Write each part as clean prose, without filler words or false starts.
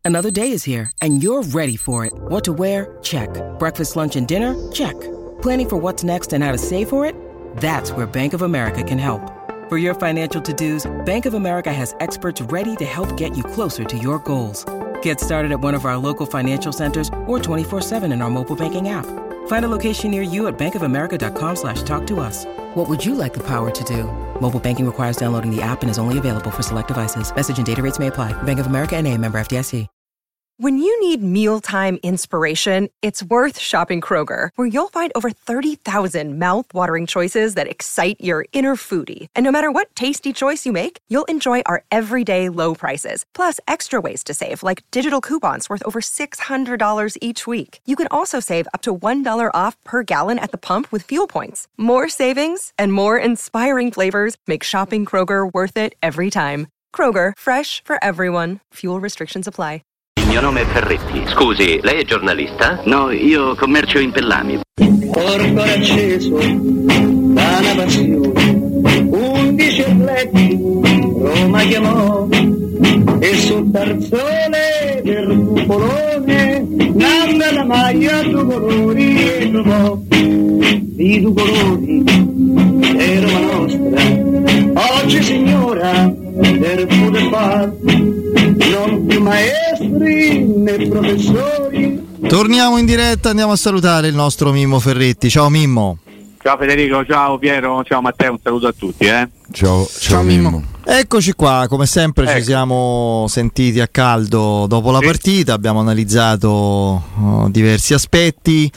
Another day is here, and you're ready for it. What to wear? Check. Breakfast, lunch, and dinner? Check. Planning for what's next and how to save for it? That's where Bank of America can help. For your financial to-dos, Bank of America has experts ready to help get you closer to your goals. Get started at one of our local financial centers or 24/7 in our mobile banking app. Find a location near you at bankofamerica.com/talktous. What would you like the power to do? Mobile banking requires downloading the app and is only available for select devices. Message and data rates may apply. Bank of America N.A., member FDIC. When you need mealtime inspiration, it's worth shopping Kroger, where you'll find over 30,000 mouth-watering choices that excite your inner foodie. And no matter what tasty choice you make, you'll enjoy our everyday low prices, plus extra ways to save, like digital coupons worth over $600 each week. You can also save up to $1 off per gallon at the pump with fuel points. More savings and more inspiring flavors make shopping Kroger worth it every time. Kroger, fresh for everyone. Fuel restrictions apply. Il mio nome è Ferretti. Scusi, lei è giornalista? No, io commercio in pellami. Corpo acceso da una passione, 11 atleti Roma chiamò e sul tarzone del cupolone nanda la maglia due colori e trovò di due colori è Roma nostra. Oggi signora del poter far non più maestri né professori. Torniamo in diretta, andiamo a salutare il nostro Mimmo Ferretti. Ciao Mimmo. Ciao Federico, ciao Piero, ciao Matteo, un saluto a tutti. Ciao Mimmo. Eccoci qua, come sempre ci siamo sentiti a caldo dopo la partita, abbiamo analizzato diversi aspetti.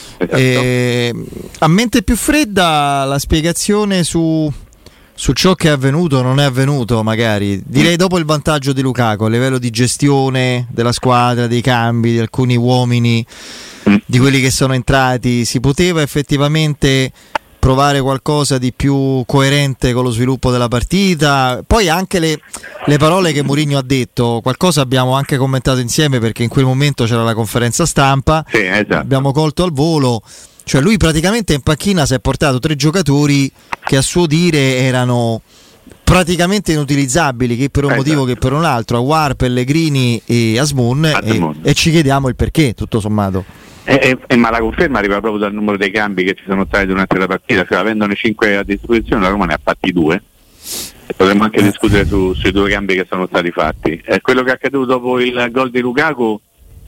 A mente più fredda la spiegazione su ciò che è avvenuto o non è avvenuto, magari direi dopo il vantaggio di Lukaku a livello di gestione della squadra, dei cambi di alcuni uomini, di quelli che sono entrati, si poteva effettivamente provare qualcosa di più coerente con lo sviluppo della partita. Poi anche le parole che Mourinho ha detto, qualcosa abbiamo anche commentato insieme perché in quel momento c'era la conferenza stampa, abbiamo colto al volo. Cioè lui praticamente in panchina si è portato 3 giocatori che a suo dire erano praticamente inutilizzabili, che per un motivo che per un altro, Aouar, Pellegrini e Asmoun. E ci chiediamo il perché, tutto sommato. Ma la conferma arriva proprio dal numero dei cambi che ci sono stati durante la partita, cioè avendone 5 a disposizione la Roma ne ha fatti 2 e potremmo anche discutere sui 2 cambi che sono stati fatti. Quello che è accaduto dopo il gol di Lukaku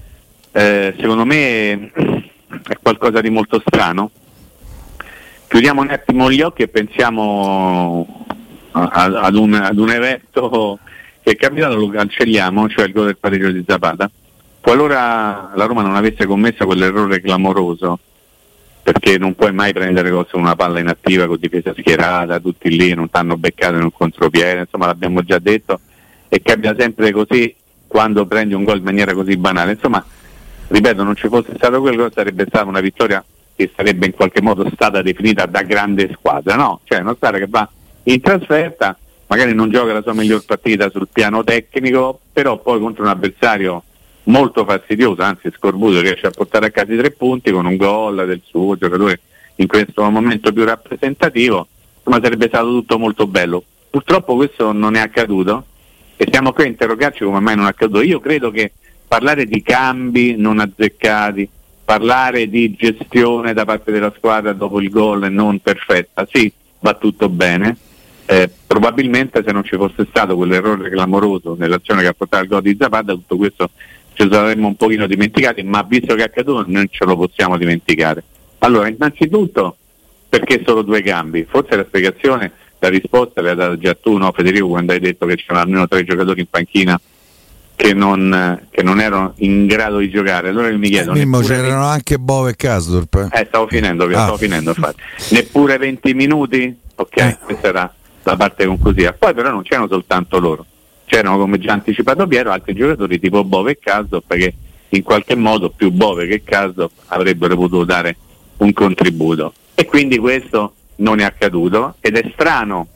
secondo me è qualcosa di molto strano. Chiudiamo un attimo gli occhi e pensiamo ad un evento che è capitato, lo cancelliamo, cioè il gol del pareggio di Zapata. Qualora la Roma non avesse commesso quell'errore clamoroso, perché non puoi mai prendere con una palla inattiva con difesa schierata, tutti lì non t'hanno beccato in un contropiede, insomma l'abbiamo già detto, e capita sempre così quando prendi un gol in maniera così banale. Insomma, ripeto, non ci fosse stato quello, sarebbe stata una vittoria che sarebbe in qualche modo stata definita da grande squadra, no? Cioè una squadra che va in trasferta, magari non gioca la sua miglior partita sul piano tecnico, però poi contro un avversario molto fastidioso, anzi scorbuto, riesce a portare a casa i 3 punti con un gol del suo giocatore in questo momento più rappresentativo. Insomma sarebbe stato tutto molto bello. Purtroppo questo non è accaduto e siamo qui a interrogarci come mai non è accaduto. Io credo che parlare di cambi non azzeccati, parlare di gestione da parte della squadra dopo il gol non perfetta, sì, va tutto bene. Probabilmente se non ci fosse stato quell'errore clamoroso nell'azione che ha portato al gol di Zapata, tutto questo ci saremmo un pochino dimenticati, ma visto che è accaduto non ce lo possiamo dimenticare. Allora, innanzitutto, perché solo 2 cambi? Forse la spiegazione, la risposta l'hai data già tu, no Federico, quando hai detto che c'erano almeno 3 giocatori in panchina che non erano in grado di giocare. Allora io mi chiedo, c'erano anche Bove e Kasdorp. Stavo finendo infatti. Neppure 20 minuti? Ok, questa era la parte conclusiva. Poi però non c'erano soltanto loro, c'erano, come già anticipato Piero, altri giocatori tipo Bove e Kasdorp che in qualche modo più Bove che Kasdorp avrebbero potuto dare un contributo, e quindi questo non è accaduto ed è strano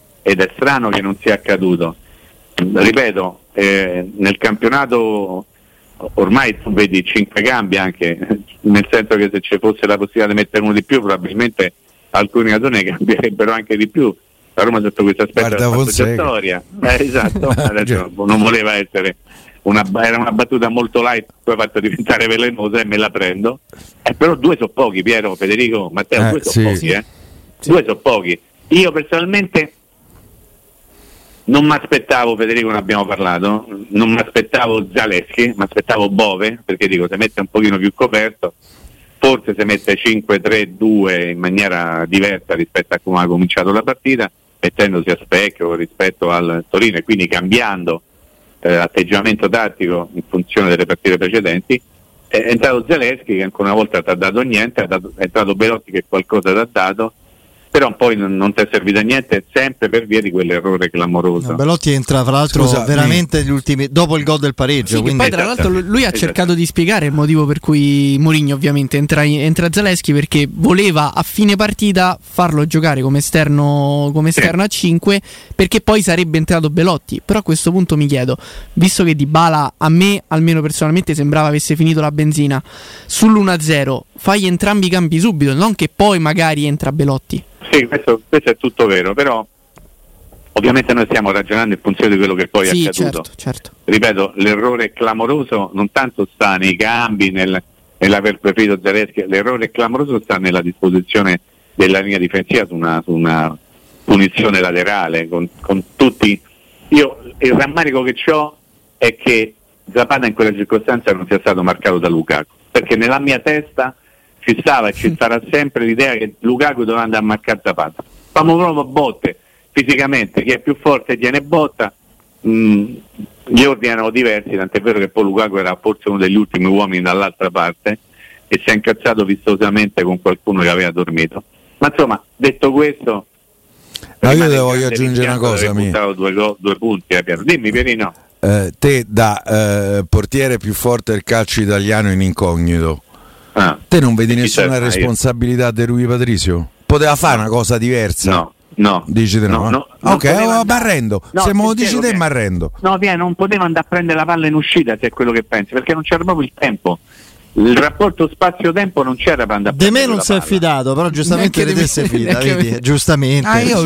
che non sia accaduto. Ripeto, nel campionato ormai tu vedi 5 cambi, anche nel senso che se ci fosse la possibilità di mettere uno di più probabilmente alcuni giocatori cambierebbero anche di più. La Roma sotto questo aspetto è una storia. Esatto, non voleva essere era una battuta molto light, poi ha fatto diventare velenosa e me la prendo. Però 2 sono pochi, Piero, Federico, Matteo, 2 sono pochi, Sì. 2 sono pochi. Io personalmente non mi aspettavo, Federico, ne abbiamo parlato, non mi aspettavo Zaleschi, mi aspettavo Bove, perché dico, se mette un pochino più coperto, forse se mette 5-3-2 in maniera diversa rispetto a come ha cominciato la partita, mettendosi a specchio rispetto al Torino e quindi cambiando atteggiamento tattico in funzione delle partite precedenti. È entrato Zaleschi che ancora una volta ti ha dato niente, è entrato Belotti che qualcosa ti ha dato, però poi non ti è servito a niente, sempre per via di quell'errore clamoroso. Belotti entra tra l'altro veramente gli ultimi, dopo il gol del pareggio. Sì, quindi... poi tra l'altro lui ha cercato di spiegare il motivo per cui Mourinho ovviamente entra Zaleschi, perché voleva a fine partita farlo giocare come esterno a 5, perché poi sarebbe entrato Belotti. Però a questo punto mi chiedo, visto che Dybala a me almeno personalmente sembrava avesse finito la benzina, sull'1-0 fai entrambi i cambi subito, non che poi magari entra Belotti. Sì, questo è tutto vero, però ovviamente noi stiamo ragionando in funzione di quello che poi è accaduto. Certo. Ripeto, l'errore clamoroso non tanto sta nei cambi, nell'aver preferito Zaleschi, l'errore clamoroso sta nella disposizione della linea difensiva su una punizione laterale con tutti. Io il rammarico che ho è che Zapata in quella circostanza non sia stato marcato da Lukaku, perché nella mia testa ci stava e ci sarà sempre l'idea che Lukaku doveva andare a marcare Zapata. Famo proprio botte fisicamente, chi è più forte tiene botta. Gli ordini erano diversi, tant'è vero che poi Lukaku era forse uno degli ultimi uomini dall'altra parte e si è incazzato vistosamente con qualcuno che aveva dormito. Ma insomma, detto questo, io te voglio aggiungere una cosa. Mi ha buttato 2 punti, Piero. Dimmi, Pierino. Te da portiere più forte del calcio italiano in incognito, te non vedi nessuna responsabilità di Rui Patricio? Poteva fare una cosa diversa? No. Dici di no? Ok, mi arrendo. Se me lo dici te mi arrendo. No, via, non poteva andare a prendere la palla in uscita, se è quello che pensi, perché non c'era proprio il tempo. Il rapporto spazio-tempo non c'era per andare a prendere. De me non si è fidato, però giustamente di te si fida, vedi? Giustamente.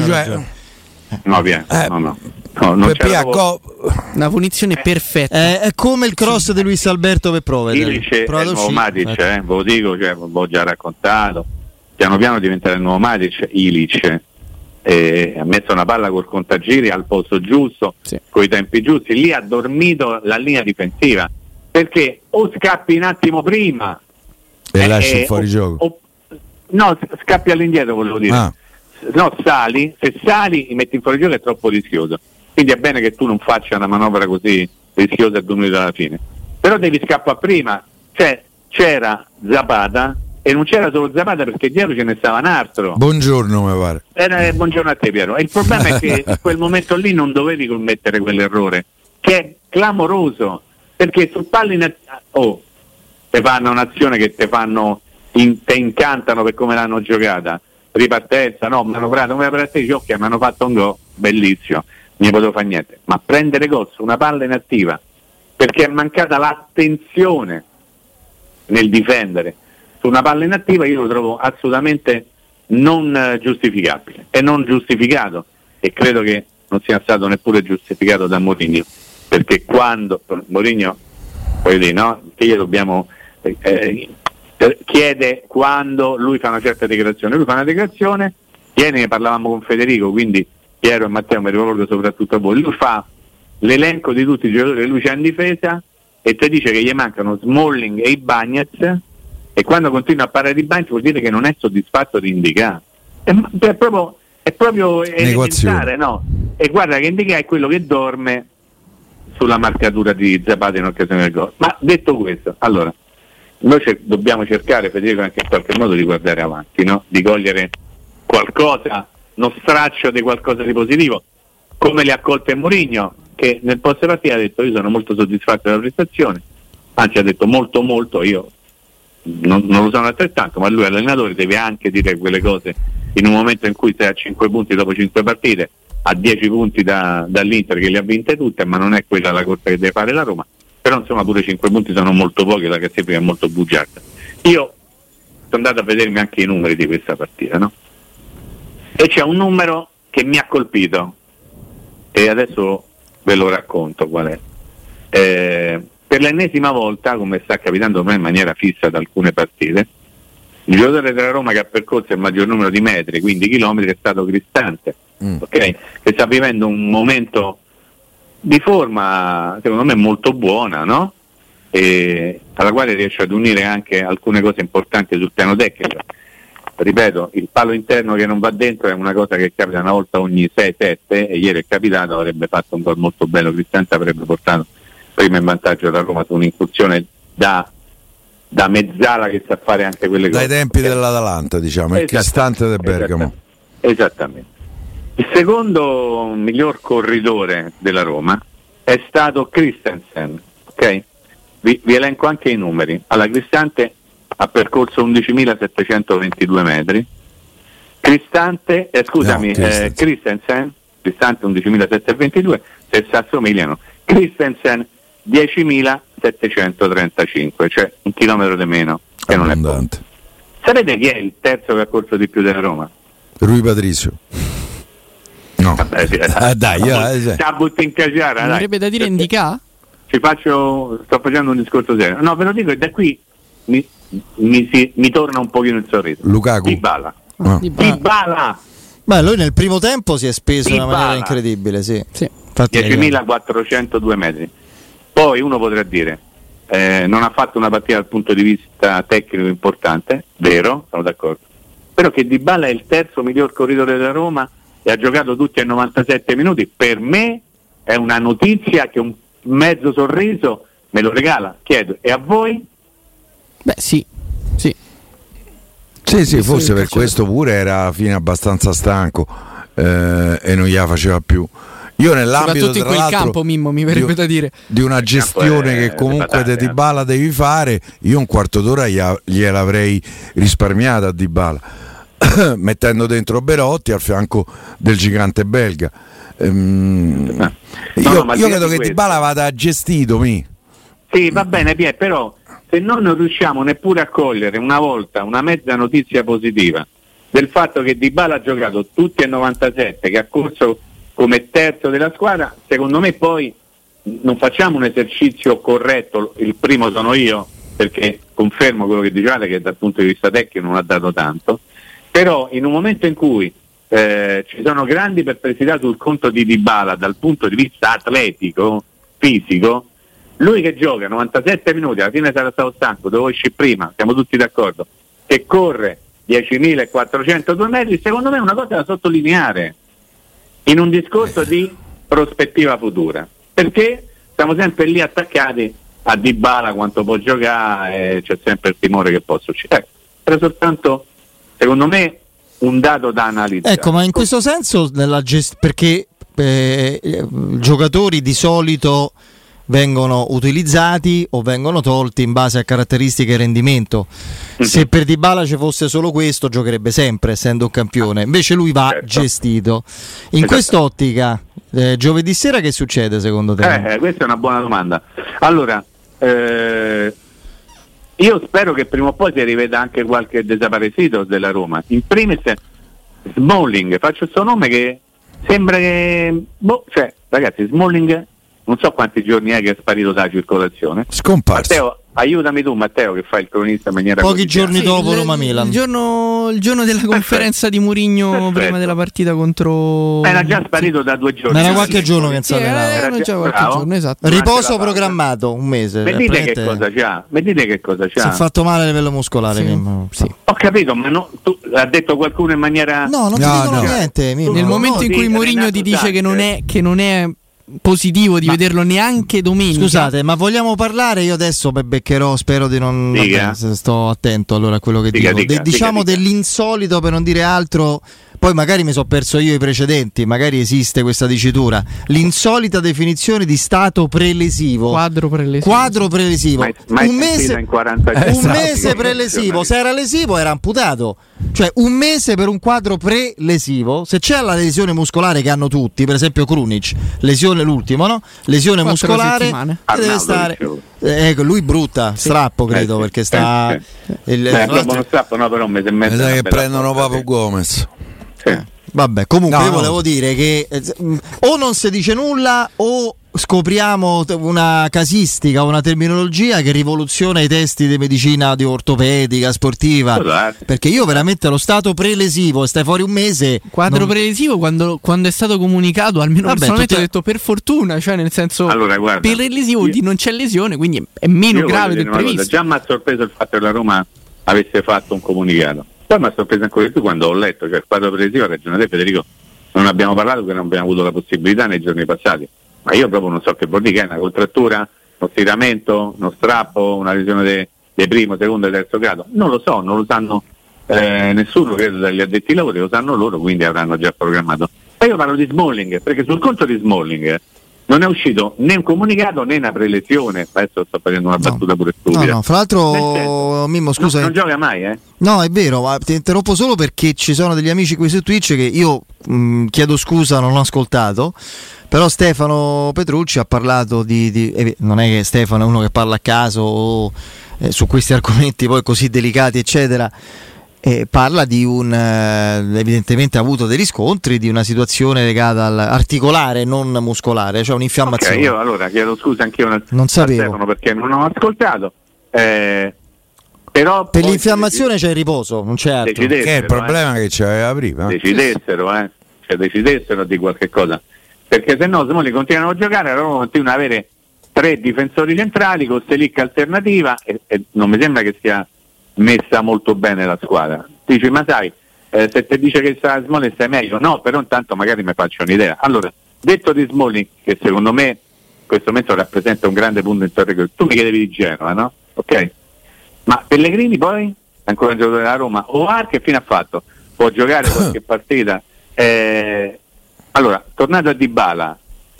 No, via. No. Non c'era una punizione perfetta. È come il cross di Luis Alberto per prove. Ilic è il nuovo Matic, ve lo dico, l'ho già raccontato. Piano piano diventa il nuovo Matic, Ilic. Ha messo una palla col contagiri al posto giusto, con i tempi giusti. Lì ha dormito la linea difensiva, perché o scappi un attimo prima e lasci fuori gioco. No, scappi all'indietro, volevo dire. No, sali, se sali metti in fuori gioco è troppo rischioso, quindi è bene che tu non faccia una manovra così rischiosa a 2 minuti dalla fine, però devi scappare prima. Cioè c'era Zapata e non c'era solo Zapata, perché dietro ce ne stava un altro. Buongiorno, mi pare. Buongiorno a te, Piero. E il problema è che in quel momento lì non dovevi commettere quell'errore, che è clamoroso, perché sul pallino te fanno un'azione che te incantano per come l'hanno giocata, ripartenza, manovrata, come per te, ok, mi hanno fatto un gol, bellissimo, non potevo fare niente, ma prendere gol su una palla inattiva, perché è mancata l'attenzione nel difendere su una palla inattiva, io lo trovo assolutamente non giustificabile e non giustificato, e credo che non sia stato neppure giustificato da Mourinho, perché quando Mourinho, voglio dire, no, che gli dobbiamo chiede quando lui fa una certa dichiarazione, ieri ne parlavamo con Federico, quindi Piero e Matteo mi ricordo soprattutto a voi, lui fa l'elenco di tutti i giocatori che lui c'ha in difesa e ti dice che gli mancano Smalling e Ibañez, e quando continua a parlare di Ibañez vuol dire che non è soddisfatto di indicare, è proprio elementare, no? E guarda che indicare è quello che dorme sulla marcatura di Zapata in occasione del gol. Ma detto questo, allora noi dobbiamo cercare, Federico, anche in qualche modo di guardare avanti, no? Di cogliere qualcosa, uno straccio di qualcosa di positivo, come le ha colte Mourinho, che nel post partita ha detto: io sono molto soddisfatto della prestazione, anzi ha detto molto, io non lo sono altrettanto, ma lui allenatore deve anche dire quelle cose in un momento in cui sei a 5 punti dopo 5 partite, a 10 punti dall'Inter che le ha vinte tutte, ma non è quella la corsa che deve fare la Roma. Però insomma pure 5 punti sono molto pochi, la classifica è molto bugiarda. Io sono andato a vedermi anche i numeri di questa partita, no? E c'è un numero che mi ha colpito e adesso ve lo racconto qual è. per l'ennesima volta, come sta capitando ormai in maniera fissa da alcune partite, il giocatore della Roma che ha percorso il maggior numero di metri, quindi chilometri, è stato Cristante, okay? Che sta vivendo un momento di forma secondo me molto buona, no? E alla quale riesce ad unire anche alcune cose importanti sul piano tecnico. Ripeto, il palo interno che non va dentro è una cosa che capita una volta ogni 6-7, e ieri è capitato, avrebbe fatto un gol molto bello, Cristante avrebbe portato prima in vantaggio la Roma su un'incursione da mezzala che sa fare anche quelle cose. Dai tempi dell'Atalanta, diciamo, il Cristante del Bergamo. Esattamente. Il secondo miglior corridore della Roma è stato Christensen, ok? Vi elenco anche i numeri. Allora, Cristante ha percorso 11.722 metri. Christensen, Cristante 11.722, se si assomigliano. Christensen 10.735, cioè un chilometro di meno, che non è poco. Sapete chi è il terzo che ha corso di più della Roma? Rui Patricio. No. Vabbè, sì, butti in caciara, non avrebbe da dire indica? Sto facendo un discorso serio. No, ve lo dico, e da qui mi torna un pochino il sorriso. Lukaku. Dybala. Dybala. Beh, lui nel primo tempo si è speso in una maniera incredibile, sì. 10.402 metri. Poi uno potrà dire non ha fatto una partita dal punto di vista tecnico importante, vero, sono d'accordo, però che Dybala è il terzo miglior corridore della Roma e ha giocato tutti a 97 minuti, per me è una notizia che un mezzo sorriso me lo regala. Chiedo, e a voi? Beh, sì. Sì, forse per questo pure era alla fine abbastanza stanco e non gliela faceva più. Io nell'ambito soprattutto in quel campo, Mimmo, mi verrebbe da dire, di una gestione che comunque di Dybala devi fare, io un quarto d'ora gliel'avrei risparmiata a Dybala mettendo dentro Belotti al fianco del gigante belga. Io credo che Dybala vada gestito. Sì, va bene, però se noi non riusciamo neppure a cogliere una volta una mezza notizia positiva del fatto che Dybala ha giocato tutti a 97, che ha corso come terzo della squadra, secondo me poi non facciamo un esercizio corretto. Il primo sono io, perché confermo quello che dicevate, che dal punto di vista tecnico non ha dato tanto, però in un momento in cui ci sono grandi perplessità sul conto di Dybala dal punto di vista atletico, fisico, lui che gioca 97 minuti, alla fine sarà stato stanco, dovevo uscire prima, siamo tutti d'accordo, che corre 10.402 metri, secondo me è una cosa da sottolineare in un discorso di prospettiva futura, perché siamo sempre lì attaccati a Dybala, quanto può giocare, c'è sempre il timore che possa succedere. Era soltanto, secondo me, un dato da analizzare. Ecco, ma in questo senso perché giocatori di solito vengono utilizzati o vengono tolti in base a caratteristiche e rendimento. Se per Dybala ci fosse solo questo, giocherebbe sempre, essendo un campione. Invece lui va gestito. In quest'ottica, giovedì sera che succede secondo te? Questa è una buona domanda. Allora, io spero che prima o poi si riveda anche qualche desaparecido della Roma. In primis Smalling, faccio il suo nome che sembra che ragazzi, Smalling non so quanti giorni è che è sparito dalla circolazione. Scomparso. Matteo, aiutami tu, Matteo, che fai il cronista in maniera pochi giorni dopo Roma-Milan. Il giorno della conferenza di Mourinho prima della partita contro. Era già sparito da 2 giorni. Ma era qualche giorno che non si allenava. Era già qualche giorno, esatto. Riposo programmato, un mese. Vedete che cosa c'ha? Si è fatto male a livello muscolare. Sì. Ho capito, ma tu ha detto qualcuno in maniera. No, non ti dicono niente. Nel momento in cui Mourinho ti dice che non è positivo di vederlo neanche domenica. Scusate, ma vogliamo parlare? Io adesso beccherò, spero di non. Vabbè, sto attento allora a quello che dico. Diciamo dell'insolito, per non dire altro. Poi magari mi sono perso io i precedenti, magari esiste questa dicitura. L'insolita definizione di stato prelesivo. Quadro prelesivo. Un mese prelesivo. Se era lesivo era amputato. Cioè un mese per un quadro prelesivo. Se c'è la lesione muscolare che hanno tutti, per esempio Krunic, lesione l'ultimo, no? Lesione muscolare deve stare. Ecco, lui brutta, strappo credo, perché sta uno strappo, no, però mi sa che prendono Papu Gomez. Vabbè, comunque io volevo dire che o non si dice nulla o scopriamo una casistica, una terminologia che rivoluziona i testi di medicina, di ortopedica, sportiva. Perché io veramente lo stato prelesivo, stai fuori un mese. Quadro prelesivo quando è stato comunicato, almeno personalmente ho detto per fortuna, cioè nel senso guarda, prelesivo di non c'è lesione, quindi è meno grave del previsto. Già mi ha sorpreso il fatto che la Roma avesse fatto un comunicato. Poi mi ha sorpreso ancora di più quando ho letto, cioè il quadro prelesivo, ha ragione te Federico, non abbiamo parlato perché non abbiamo avuto la possibilità nei giorni passati, ma io proprio non so che vuol dire, che è una contrattura, uno stiramento, uno strappo, una lesione di primo, secondo e terzo grado, non lo so, non lo sanno nessuno, credo dagli addetti ai lavori, lo sanno loro, quindi avranno già programmato. E io parlo di Smalling, perché sul conto di Smalling non è uscito né un comunicato né una prelesione. Adesso sto facendo una battuta pure stupida. No, fra l'altro, Mimmo, scusa. Non gioca mai, No, è vero, ma ti interrompo solo perché ci sono degli amici qui su Twitch che io chiedo scusa, non ho ascoltato. Però Stefano Petrucci ha parlato non è che Stefano è uno che parla a caso o, su questi argomenti poi così delicati, eccetera. Parla di evidentemente ha avuto dei riscontri di una situazione legata all'articolare, non muscolare, cioè un'infiammazione. Io allora chiedo scusa anch'io non sapevo perché non ho ascoltato. Però per l'infiammazione c'è il riposo, non c'è altro. Che è il problema che c'aveva prima. Decidessero di qualche cosa, perché se no Smalling continuano a giocare, allora continua ad avere 3 difensori centrali con Selic alternativa e non mi sembra che sia messa molto bene la squadra. Dici, ma sai, se ti dice che sta Smalling stai meglio, no, però intanto magari mi faccio un'idea. Allora, detto di Smalling, che secondo me in questo momento rappresenta un grande punto interrogativo, tu mi chiedevi di Genova, no? Ok, ma Pellegrini poi è ancora un giocatore della Roma, Ovar che fine ha fatto? Può giocare qualche partita? Allora, tornato a Dybala,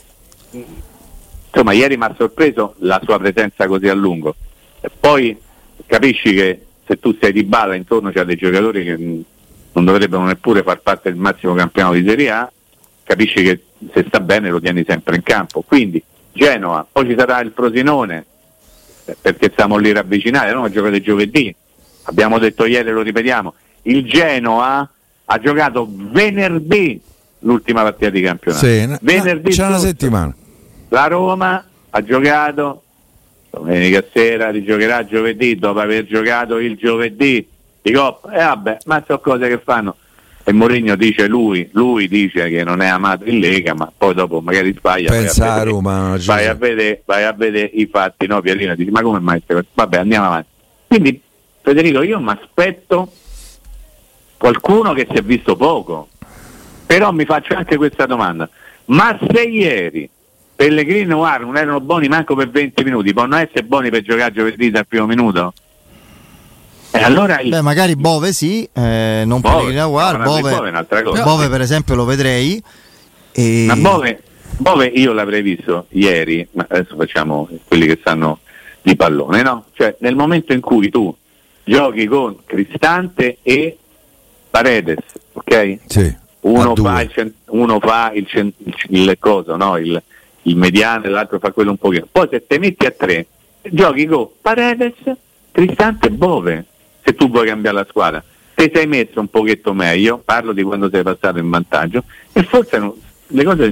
insomma ieri mi ha sorpreso la sua presenza così a lungo, e poi capisci che se tu sei Dybala intorno c'è dei giocatori che non dovrebbero neppure far parte del massimo campionato di Serie A, capisci che se sta bene lo tieni sempre in campo. Quindi Genova, poi ci sarà il Frosinone, perché stiamo lì ravvicinati, no? Giocate giovedì, abbiamo detto ieri, lo ripetiamo, il Genoa ha giocato venerdì l'ultima partita di campionato, venerdì c'è una settimana. La Roma ha giocato domenica sera, rigiocherà giovedì dopo aver giocato il giovedì di Coppa, e vabbè, ma sono cose che fanno, e Mourinho dice lui dice che non è amato in Lega, ma poi dopo magari sbaglia. Pensa a Roma, vai a vedere i fatti, no? Pierino dice, ma come mai? Vabbè, andiamo avanti. Quindi Federico, io mi aspetto qualcuno che si è visto poco, però mi faccio anche questa domanda: ma se ieri Pellegrini e Ovar non erano buoni manco per 20 minuti, possono essere buoni per giocare giovedì dal primo minuto? E allora magari Bove sì, non Pellegrini e Ovar. Bove per esempio lo vedrei. Ma Bove io l'avrei visto ieri, ma adesso facciamo quelli che sanno di pallone, no? Cioè nel momento in cui tu giochi con Cristante e Paredes, ok? Sì. Uno fa il coso, no? Il mediano e l'altro fa quello un pochino. Poi se te metti a 3 giochi con Paredes, Cristante e Bove, se tu vuoi cambiare la squadra. Te sei messo un pochetto meglio, parlo di quando sei passato in vantaggio, e forse le cose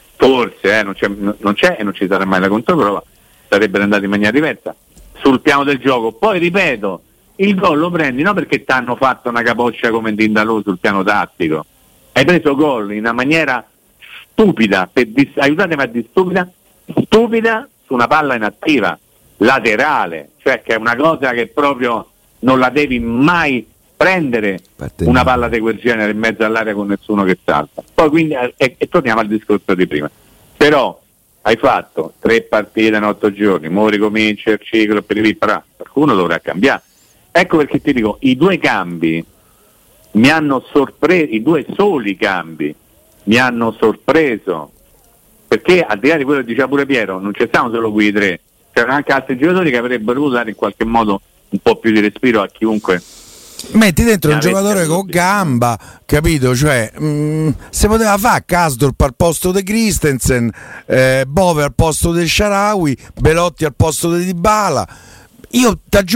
non c'è e non ci sarà mai la controprova, sarebbero andate in maniera diversa sul piano del gioco. Poi ripeto, il gol lo prendi non perché ti hanno fatto una capoccia come Dindalò sul piano tattico, hai preso gol in una maniera stupida, aiutatemi a dire stupida su una palla inattiva laterale, cioè che è una cosa che proprio non la devi mai prendere, una palla di quel genere in mezzo all'area con nessuno che salta. Poi quindi e torniamo al discorso di prima, però hai fatto 3 partite in 8 giorni, mo ricomincia il ciclo, qualcuno dovrà cambiare. Ecco perché ti dico, i 2 cambi mi hanno sorpreso, i 2 soli cambi mi hanno sorpreso, perché al di là di quello che diceva pure Piero, non c'è stavano solo quei 3, c'erano anche altri giocatori che avrebbero dovuto dare in qualche modo un po' più di respiro a chiunque. Metti dentro un giocatore con gamba, capito? Cioè, se poteva fare Kasdorp al posto di Christensen, Bove al posto del Shaarawy, Belotti al posto di Dybala. Io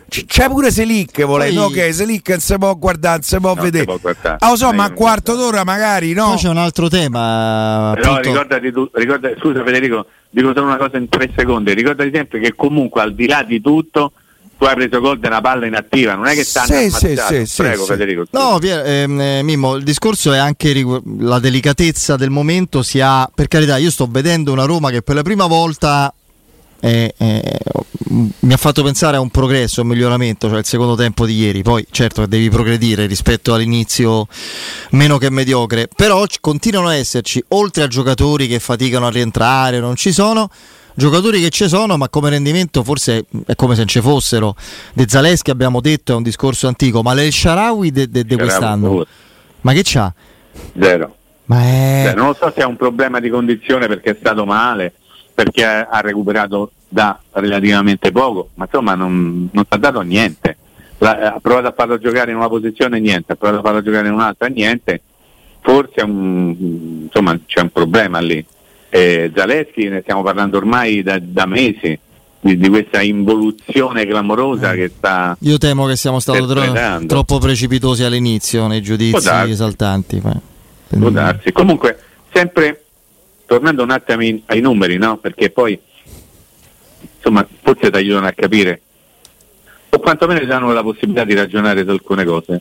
c'è pure Selic volendo, ok, Selic non si può guardare, non si può vedere. Lo so, ma a quarto d'ora magari no. Poi c'è un altro tema. Però appunto... ricordati, scusa Federico, dico solo una cosa in 3 secondi. Ricordati sempre che comunque al di là di tutto tu hai preso gol di una palla inattiva, non è che stanno ammazzato. Prego Federico. No, Mimmo, il discorso è anche la delicatezza del momento. Per carità, io sto vedendo una Roma che per la prima volta mi ha fatto pensare a un progresso, un miglioramento, cioè il secondo tempo di ieri. Poi certo che devi progredire rispetto all'inizio meno che mediocre, però continuano a esserci, oltre a giocatori che faticano a rientrare, non ci sono giocatori che ci sono, ma come rendimento forse è come se non ci fossero. De Zaleschi abbiamo detto è un discorso antico, ma l'El Shaarawy di quest'anno, ma che c'ha? Zero. Ma non lo so se è un problema di condizione perché è stato male, perché ha recuperato da relativamente poco, ma insomma non ti ha dato niente. Ha provato a farlo giocare in una posizione, niente, ha provato a farlo giocare in un'altra, niente. Forse insomma c'è un problema lì. Zaleschi, ne stiamo parlando ormai da mesi di questa involuzione clamorosa che sta. Io temo che siamo stati troppo precipitosi all'inizio nei giudizi esaltanti. Può darsi. Comunque, sempre tornando un attimo ai numeri, no? Perché poi insomma forse ti aiutano a capire, o quantomeno ti danno la possibilità di ragionare su alcune cose.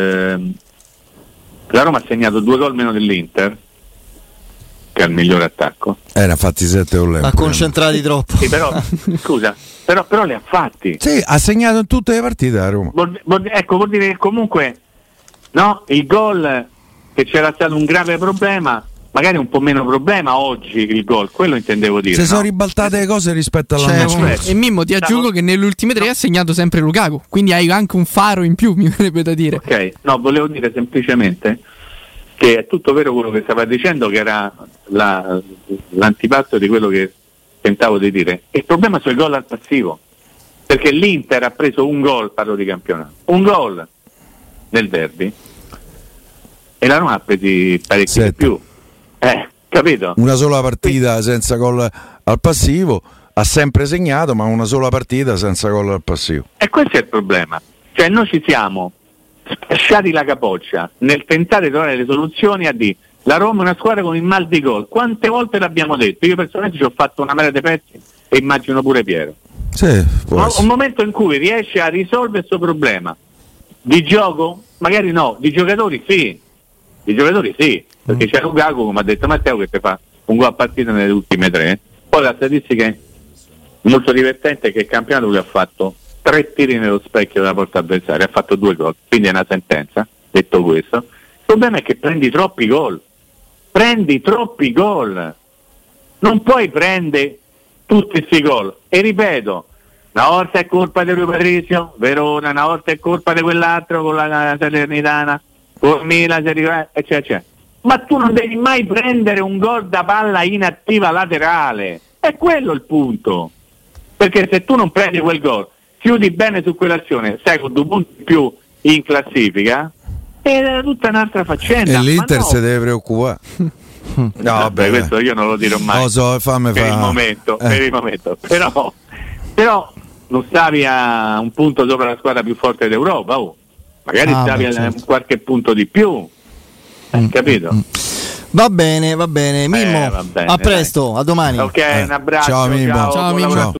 La Roma ha segnato 2 gol meno dell'Inter, che è il migliore attacco. Era fatti 7 gol. Ma concentrati troppo. Sì, però scusa, però li ha fatti. Sì, ha segnato in tutte le partite a Roma. Vuol dire che comunque no, il gol, che c'era stato un grave problema, magari un po' meno problema oggi il gol, quello intendevo dire. Sono ribaltate le cose rispetto all'anno scorso. E Mimmo, ti aggiungo che nelle ultime 3 ha segnato sempre Lukaku, quindi hai anche un faro in più, mi verrebbe da dire. Ok, no, volevo dire semplicemente che è tutto vero quello che stava dicendo, che era l'antipasto di quello che tentavo di dire. Il problema sono i gol al passivo, perché l'Inter ha preso un gol, parlo di campionato, un gol nel derby, e la Roma ha presi parecchi di più. Capito? Una sola partita senza gol al passivo, ha sempre segnato, ma una sola partita senza gol al passivo. E questo è il problema. Cioè noi ci siamo schiacciati la capoccia nel tentare di trovare le soluzioni a dire la Roma è una squadra con il mal di gol. Quante volte l'abbiamo detto? Io personalmente ci ho fatto una marea di pezzi e immagino pure Piero. Sì, un momento in cui riesce a risolvere questo problema di gioco, magari no, di giocatori sì, perché c'è Lukaku, come ha detto Matteo, che ti fa un gol a partita nelle ultime 3. Poi la statistica molto divertente è che il campionato lui ha fatto 3 tiri nello specchio della porta avversaria, ha fatto 2 gol, quindi è una sentenza. Detto questo, il problema è che prendi troppi gol, non puoi prendere tutti questi gol. E ripeto, una volta è colpa di Rui Patrizio, Verona, una volta è colpa di quell'altro con la Salernitana, con Milan, eccetera. Ma tu non devi mai prendere un gol da palla inattiva laterale, è quello il punto, perché se tu non prendi quel gol, chiudi bene su quell'azione, stai con 2 punti in più in classifica, è tutta un'altra faccenda. E l'Inter no, si deve preoccupare. No, vabbè, questo io non lo dirò mai. Lo so, per il momento. Però non stavi a un punto sopra la squadra più forte d'Europa, magari stavi a qualche punto di più. Capito? Va bene, Mimmo. A presto, a domani. Ok, un abbraccio. Ciao Mimmo. Ciao Mimmo.